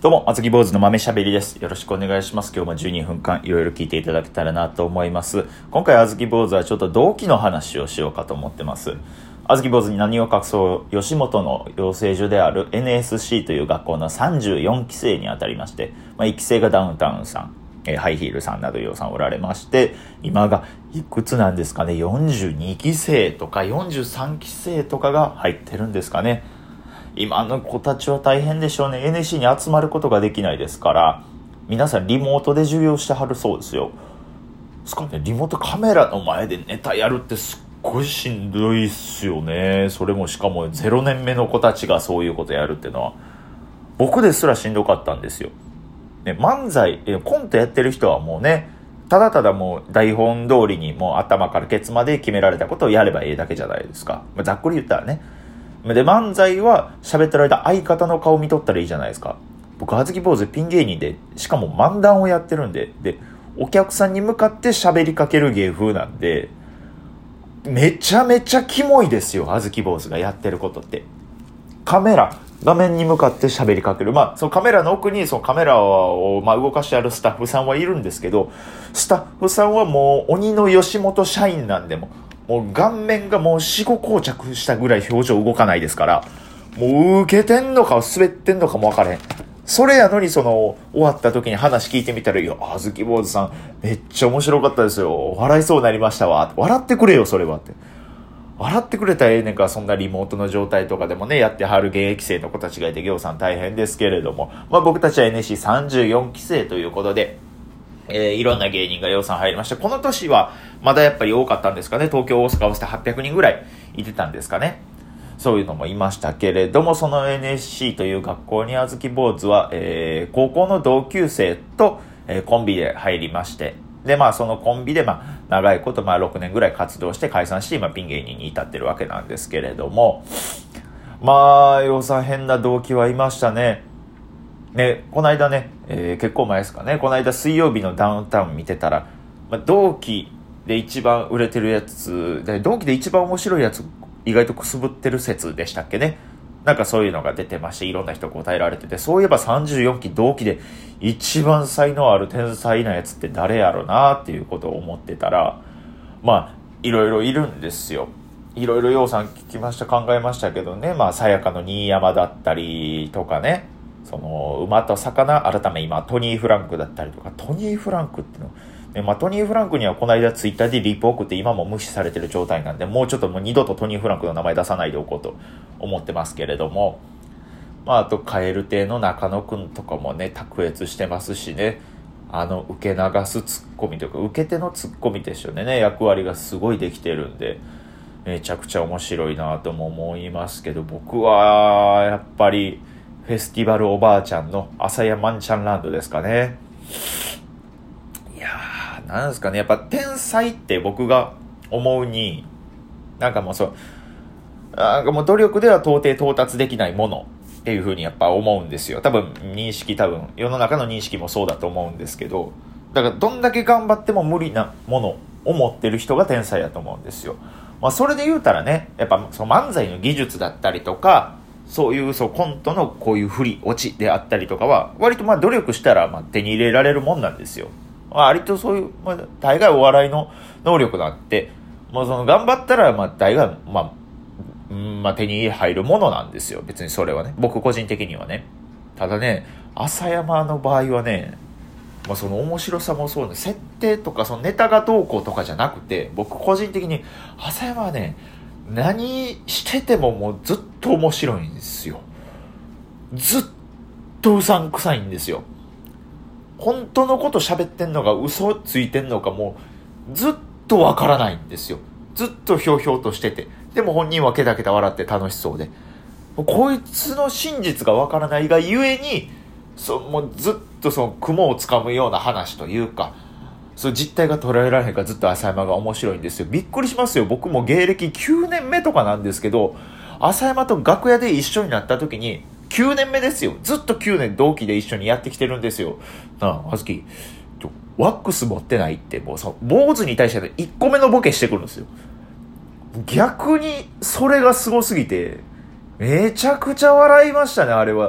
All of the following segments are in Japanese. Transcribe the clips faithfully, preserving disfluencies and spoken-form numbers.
どうも、あずき坊主の豆しゃべりです。よろしくお願いします。今日もじゅうにふんかんいろいろ聞いていただけたらなと思います。今回あずき坊主はちょっと同期の話をしようかと思ってます。あずき坊主に何を隠そう、吉本の養成所である エヌエスシー という学校のさんじゅうよんき生にあたりまして、まあ、いっき生がダウンタウンさん、えー、ハイヒールさんなどようさんおられまして、今がいくつなんですかね、よんじゅうにき生とかよんじゅうさんき生とかが入ってるんですかね。今の子たちは大変でしょうね。 エヌエスシー に集まることができないですから、皆さんリモートで授業してはるそうですよ。ですかね、リモートカメラの前でネタやるってすっごいしんどいっすよね。それもしかもゼロねんめの子たちがそういうことやるっていうのは、僕ですらしんどかったんですよ、ね、漫才コントやってる人はもうね、ただただもう台本通りにもう頭からケツまで決められたことをやればいいだけじゃないですか、まあ、ざっくり言ったらね。で、漫才は喋ってる間相方の顔見とったらいいじゃないですか。僕あずき坊主ピン芸人で、しかも漫談をやってるんで、でお客さんに向かって喋りかける芸風なんで、めちゃめちゃキモいですよ、あずき坊主がやってることって。カメラ画面に向かって喋りかける。まあそのカメラの奥にそのカメラをまあ動かしてあるスタッフさんはいるんですけど、スタッフさんはもう鬼の吉本社員なんで、ももう顔面がもう死後硬着したぐらい表情動かないですから、もう受けてんのか滑ってんのかも分からへん。それやのに、その終わった時に話聞いてみたら、いやあずき坊主さんめっちゃ面白かったですよ、笑いそうになりましたわ、笑ってくれよそれはって。笑ってくれたらええねんか。そんなリモートの状態とかでもねやってはる現役生の子たちがいて、行さん大変ですけれども、まあ僕たちは エヌエスシーさんじゅうよんき生ということで、えー、いろんな芸人が養蚕入りまして、この年はまだやっぱり多かったんですかね。東京大阪合わせてはっぴゃくにんぐらいいてたんですかね。そういうのもいましたけれども、その エヌエスシー という学校にあずき坊主は、えー、高校の同級生と、えー、コンビで入りまして、でまあそのコンビでまあ長いことまあろくねんぐらい活動して解散して、今ピン芸人に至ってるわけなんですけれども、まあ養蚕変な同期はいましたね。ね、この間ね、えー、結構前ですかね、この間水曜日のダウンタウン見てたら、まあ、同期で一番売れてるやつで、同期で一番面白いやつ意外とくすぶってる説でしたっけね。なんかそういうのが出てまして、いろんな人答えられてて、そういえばさんじゅうよんき同期で一番才能ある天才なやつって誰やろなっていうことを思ってたら、まあいろいろいるんですよ。いろいろようさん聞きました、考えましたけどね、まあさやかの新山だったりとかね、その馬と魚、改め今トニー・フランクだったりとか、トニー・フランクっていうの、ね、まあ、トニー・フランクにはこの間ツイッターでリプ送って今も無視されてる状態なんで、もうちょっともう二度とトニー・フランクの名前出さないでおこうと思ってますけれども、まあ、あと蛙亭の中野くんとかもね卓越してますしね、あの受け流すツッコミというか受け手のツッコミでしょうね、役割がすごいできてるんで、めちゃくちゃ面白いなとも思いますけど、僕はやっぱりフェスティバルおばあちゃんの朝やまんちゃんランドですかね。いやー、なんですかね、やっぱ天才って僕が思うに、なんかもうそう、なんかもう努力では到底到達できないものっていう風にやっぱ思うんですよ。多分認識、多分世の中の認識もそうだと思うんですけど、だからどんだけ頑張っても無理なものを持ってる人が天才だと思うんですよ。まあそれで言うたらね、やっぱその漫才の技術だったりとか、そういうそうコントのこういう振り落ちであったりとかは割とまあ努力したらまあ手に入れられるもんなんですよ。まあ、割とそういう、まあ、大概お笑いの能力なんてもうその頑張ったらまあ大概まあ、うんまあ、手に入るものなんですよ。別にそれはね、僕個人的にはね。ただね、朝山の場合はね、まあ、その面白さもそうね、設定とかそのネタがどうこうとかじゃなくて、僕個人的に朝山はね、何しててももうずっと面白いんですよ。ずっとうさんくさいんですよ。本当のこと喋ってんのか嘘ついてんのかもうずっとわからないんですよ。ずっとひょうひょうとしてて、でも本人はケタケタ笑って楽しそうで、こいつの真実がわからないがゆえに、そもうずっとその雲をつかむような話というか、そう実態が捉えられへんからずっと朝山が面白いんですよ。びっくりしますよ。僕も芸歴きゅうねんめとかなんですけど、朝山と楽屋で一緒になった時にきゅうねんめですよ。ずっときゅうねん同期で一緒にやってきてるんですよ。なあ、あずき、ワックス持ってないって、もうそ坊主に対していっこめのボケしてくるんですよ。逆にそれがすごすぎてめちゃくちゃ笑いましたね、あれは。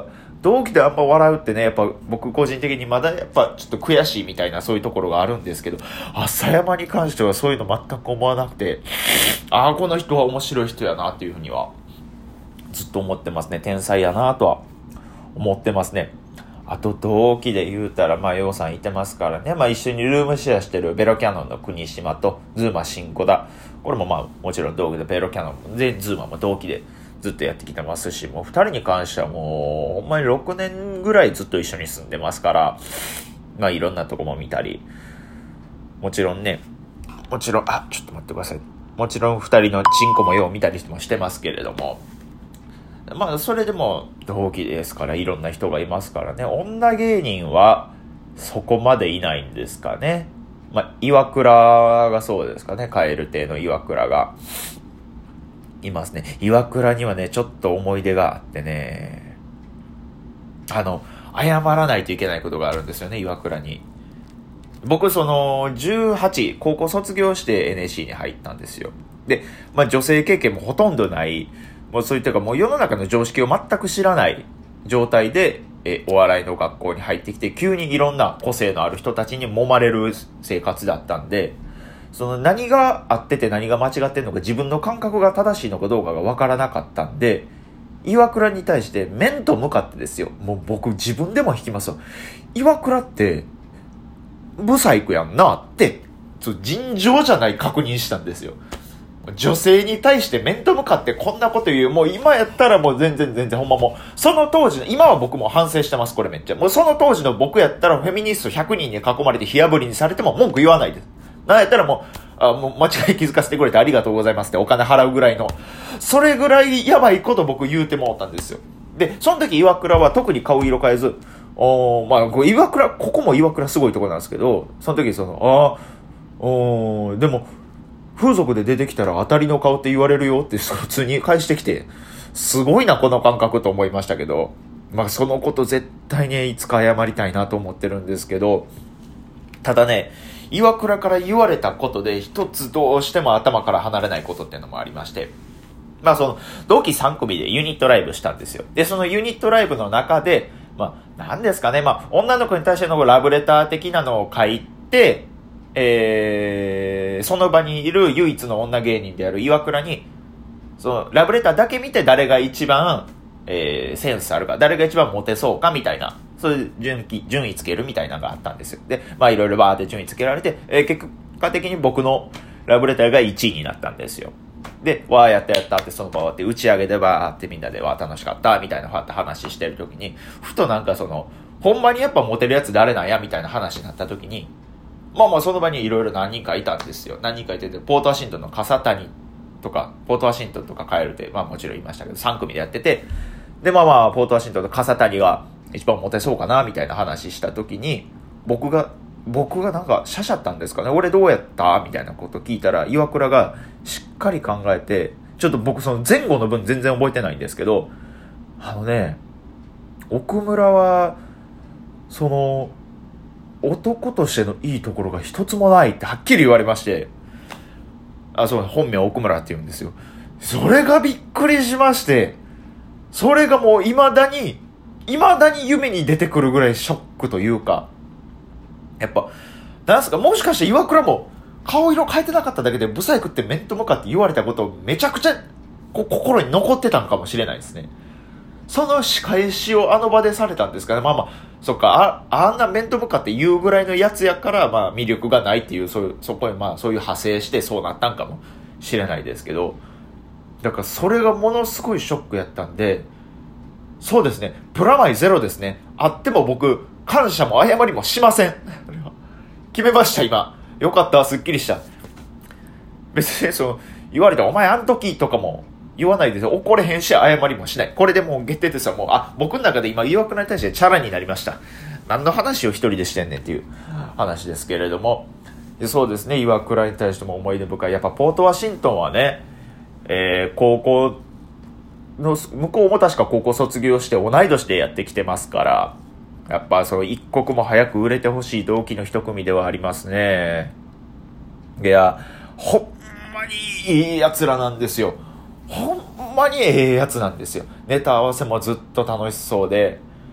同期であんま笑うってね、やっぱ僕個人的にまだやっぱちょっと悔しいみたいなそういうところがあるんですけど、浅山に関してはそういうの全く思わなくて、ああ、この人は面白い人やなっていうふうにはずっと思ってますね。天才やなとは思ってますね。あと同期で言うたら、まあ、ヨウさんいてますからね。まあ、一緒にルームシェアしてるベロキャノンの国島とズーマ新子だ。これもまあ、もちろん同期でベロキャノンでズーマも同期でずっとやってきてますし、もう二人に関してはもう、ほんまにろくねんぐらいずっと一緒に住んでますから、まあ、いろんなとこも見たり、もちろんね、もちろん、あ、ちょっと待ってください。もちろん二人のチンコもよう見たりもしてますけれども、まあ、それでも同期ですから、いろんな人がいますからね。女芸人はそこまでいないんですかね。まあ、岩倉がそうですかね。カエル亭の岩倉がいますね。岩倉にはね、ちょっと思い出があってね、あの、謝らないといけないことがあるんですよね、岩倉に。僕、その、じゅうはち、高校卒業して エヌエスシー に入ったんですよ。で、まあ、女性経験もほとんどない、もうそういったか、もう世の中の常識を全く知らない状態で、え、お笑いの学校に入ってきて、急にいろんな個性のある人たちに揉まれる生活だったんで、その何が合ってて何が間違ってんのか、自分の感覚が正しいのかどうかが分からなかったんで、岩倉に対して面と向かってですよ。もう僕自分でも引きますよ。岩倉って、ブサイクやんなって、尋常じゃない確認したんですよ。女性に対して面と向かってこんなこと言う。もう今やったらもう全然全然ほんまもう、その当時の、今は僕も反省してます、これめっちゃ。もうその当時の僕やったらフェミニストひゃくにんに囲まれて火あぶりにされても文句言わないです。なんやったらもう、あもう間違い気づかせてくれてありがとうございますってお金払うぐらいの、それぐらいやばいこと僕言うてもったんですよ。で、その時岩倉は特に顔色変えず、おまあ、岩倉、ここも岩倉すごいところなんですけど、その時その、あおでも、風俗で出てきたら当たりの顔って言われるよって普通に返してきて、すごいなこの感覚と思いましたけど、まあそのこと絶対にいつか謝りたいなと思ってるんですけど、ただね、岩倉から言われたことで一つどうしても頭から離れないことっていうのもありまして、まあその同期さん組でユニットライブしたんですよ。で、そのユニットライブの中で、まあ何ですかね、まあ女の子に対してのラブレター的なのを書いて、えー、その場にいる唯一の女芸人である岩倉に、そのラブレターだけ見て誰が一番、えー、センスあるか、誰が一番モテそうかみたいな、そういう順位、順位つけるみたいなのがあったんですよ。で、まあいろいろバーって順位つけられて、えー、結果的に僕のラブレターがいちいになったんですよ。で、わーやったやったってその場終わって打ち上げでバーってみんなでわー楽しかったみたいなファって話してるときに、ふとなんかその、ほんまにやっぱモテるやつ誰なんやみたいな話になったときに、まあまあその場にいろいろ何人かいたんですよ。何人かいてて、ポートワシントンの笠谷とか、ポートワシントンとかカエルで、まあもちろんいましたけど、さん組でやってて、でまあまあ、ポートワシントンの笠谷が一番モテそうかな、みたいな話した時に、僕が、僕がなんか、シャシャったんですかね、俺どうやったみたいなこと聞いたら、岩倉がしっかり考えて、ちょっと僕その前後の分全然覚えてないんですけど、あのね、奥村は、その、男としてのいいところが一つもないってはっきり言われまして、あ、そう、本名奥村って言うんですよ。それがびっくりしまして、それがもう未だに、未だに夢に出てくるぐらいショックというか、やっぱ、なんすか、もしかして岩倉も顔色変えてなかっただけでブサイクって面と向かって言われたことをめちゃくちゃこ心に残ってたのかもしれないですね。その仕返しをあの場でされたんですかね。まあまあ、そっか、あ、あんな面と向かって言うぐらいのやつやから、まあ魅力がないっていう、そういう、そこへまあそういう派生してそうなったんかもしれないですけど、だからそれがものすごいショックやったんで、そうですね、プラマイゼロですね。あっても僕、感謝も謝りもしません。決めました、今。よかった、すっきりした。別にその、言われたお前あの時とかも、言わないですよ。怒れへんし、謝りもしない。これでもう決定ですよ。もう、あ、僕の中で今、岩倉に対してチャラになりました。何の話を一人でしてんねんっていう話ですけれども。でそうですね、岩倉に対しても思い出深い。やっぱ、ポートワシントンはね、えー、高校の、向こうも確か高校卒業して同い年でやってきてますから、やっぱ、その一刻も早く売れてほしい同期の一組ではありますね。いや、ほんまにいい奴らなんですよ。ほんまにええやつなんですよ。ネタ合わせもずっと楽しそうで、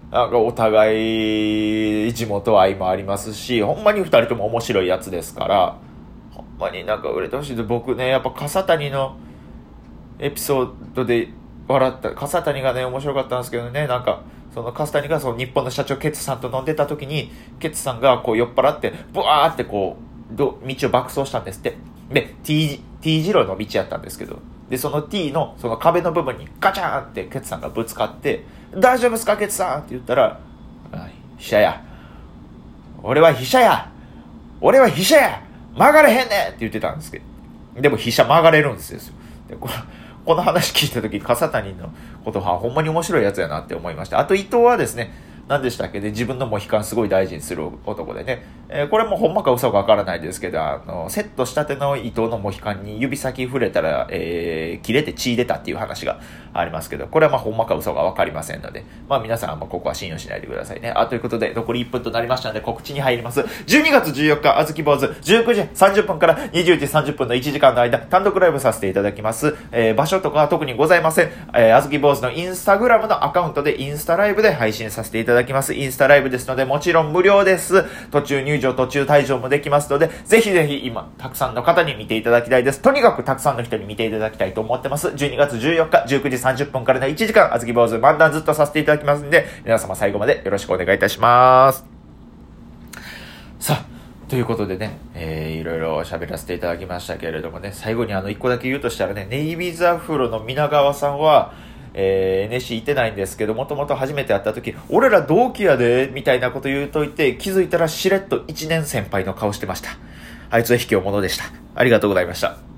なんかお互い地元愛もありますし、ほんまに二人とも面白いやつですから、ほんまになんか売れてほしいで、僕ね、やっぱ笠谷のエピソードで笑った、笠谷がね、面白かったんですけどね、なんか、その笠谷がその日本の社長ケツさんと飲んでた時に、ケツさんがこう酔っ払って、ブワーってこう、ど道を爆走したんですって。で、T、T 字路の道やったんですけど、で、その T のその壁の部分にガチャーンってケツさんがぶつかって、大丈夫ですかケツさんって言ったら、飛車や。俺は飛車や。俺は飛車や。曲がれへんねんって言ってたんですけど、でも飛車曲がれるんですよ。でこれこの話聞いたとき、笠谷のことはほんまに面白いやつやなって思いました。あと伊藤はですね、何でしたっけで、自分のモヒカンすごい大事にする男でね、えー、これもほんまか嘘かわからないですけど、あの、セットしたての伊藤のモヒカンに指先触れたら、えー、切れて血出たっていう話がありますけど、これはまあほんまか嘘かわかりませんので、まあ皆さんはまあここは信用しないでくださいね。あ、ということで、残りいっぷんとなりましたので告知に入ります。じゅうにがつじゅうよっか、あずき坊主、じゅうくじさんじゅっぷんからにじゅうじさんじゅっぷんのいちじかんの間、単独ライブさせていただきます。えー、場所とかは特にございません。えー、あずき坊主のインスタグラムのアカウントでインスタライブで配信させていただきます。インスタライブライブですので、もちろん無料です。途中入場、途中退場もできますので、ぜひぜひ今、たくさんの方に見ていただきたいです。とにかくたくさんの人に見ていただきたいと思ってます。じゅうにがつじゅうよっか、じゅうくじさんじゅっぷんからのいちじかん、あずき坊主漫談ずっとさせていただきますので、皆様最後までよろしくお願いいたします。さあ、ということでね、えー、いろいろ喋らせていただきましたけれどもね、最後にあの、一個だけ言うとしたらね、ネイビーズアフロの皆川さんは、えー、エヌエスシー 行ってないんですけど、もともと初めて会った時、俺ら同期やで、みたいなこと言うといて、気づいたらしれっといちねん先輩の顔してました。あいつは卑怯者でした。ありがとうございました。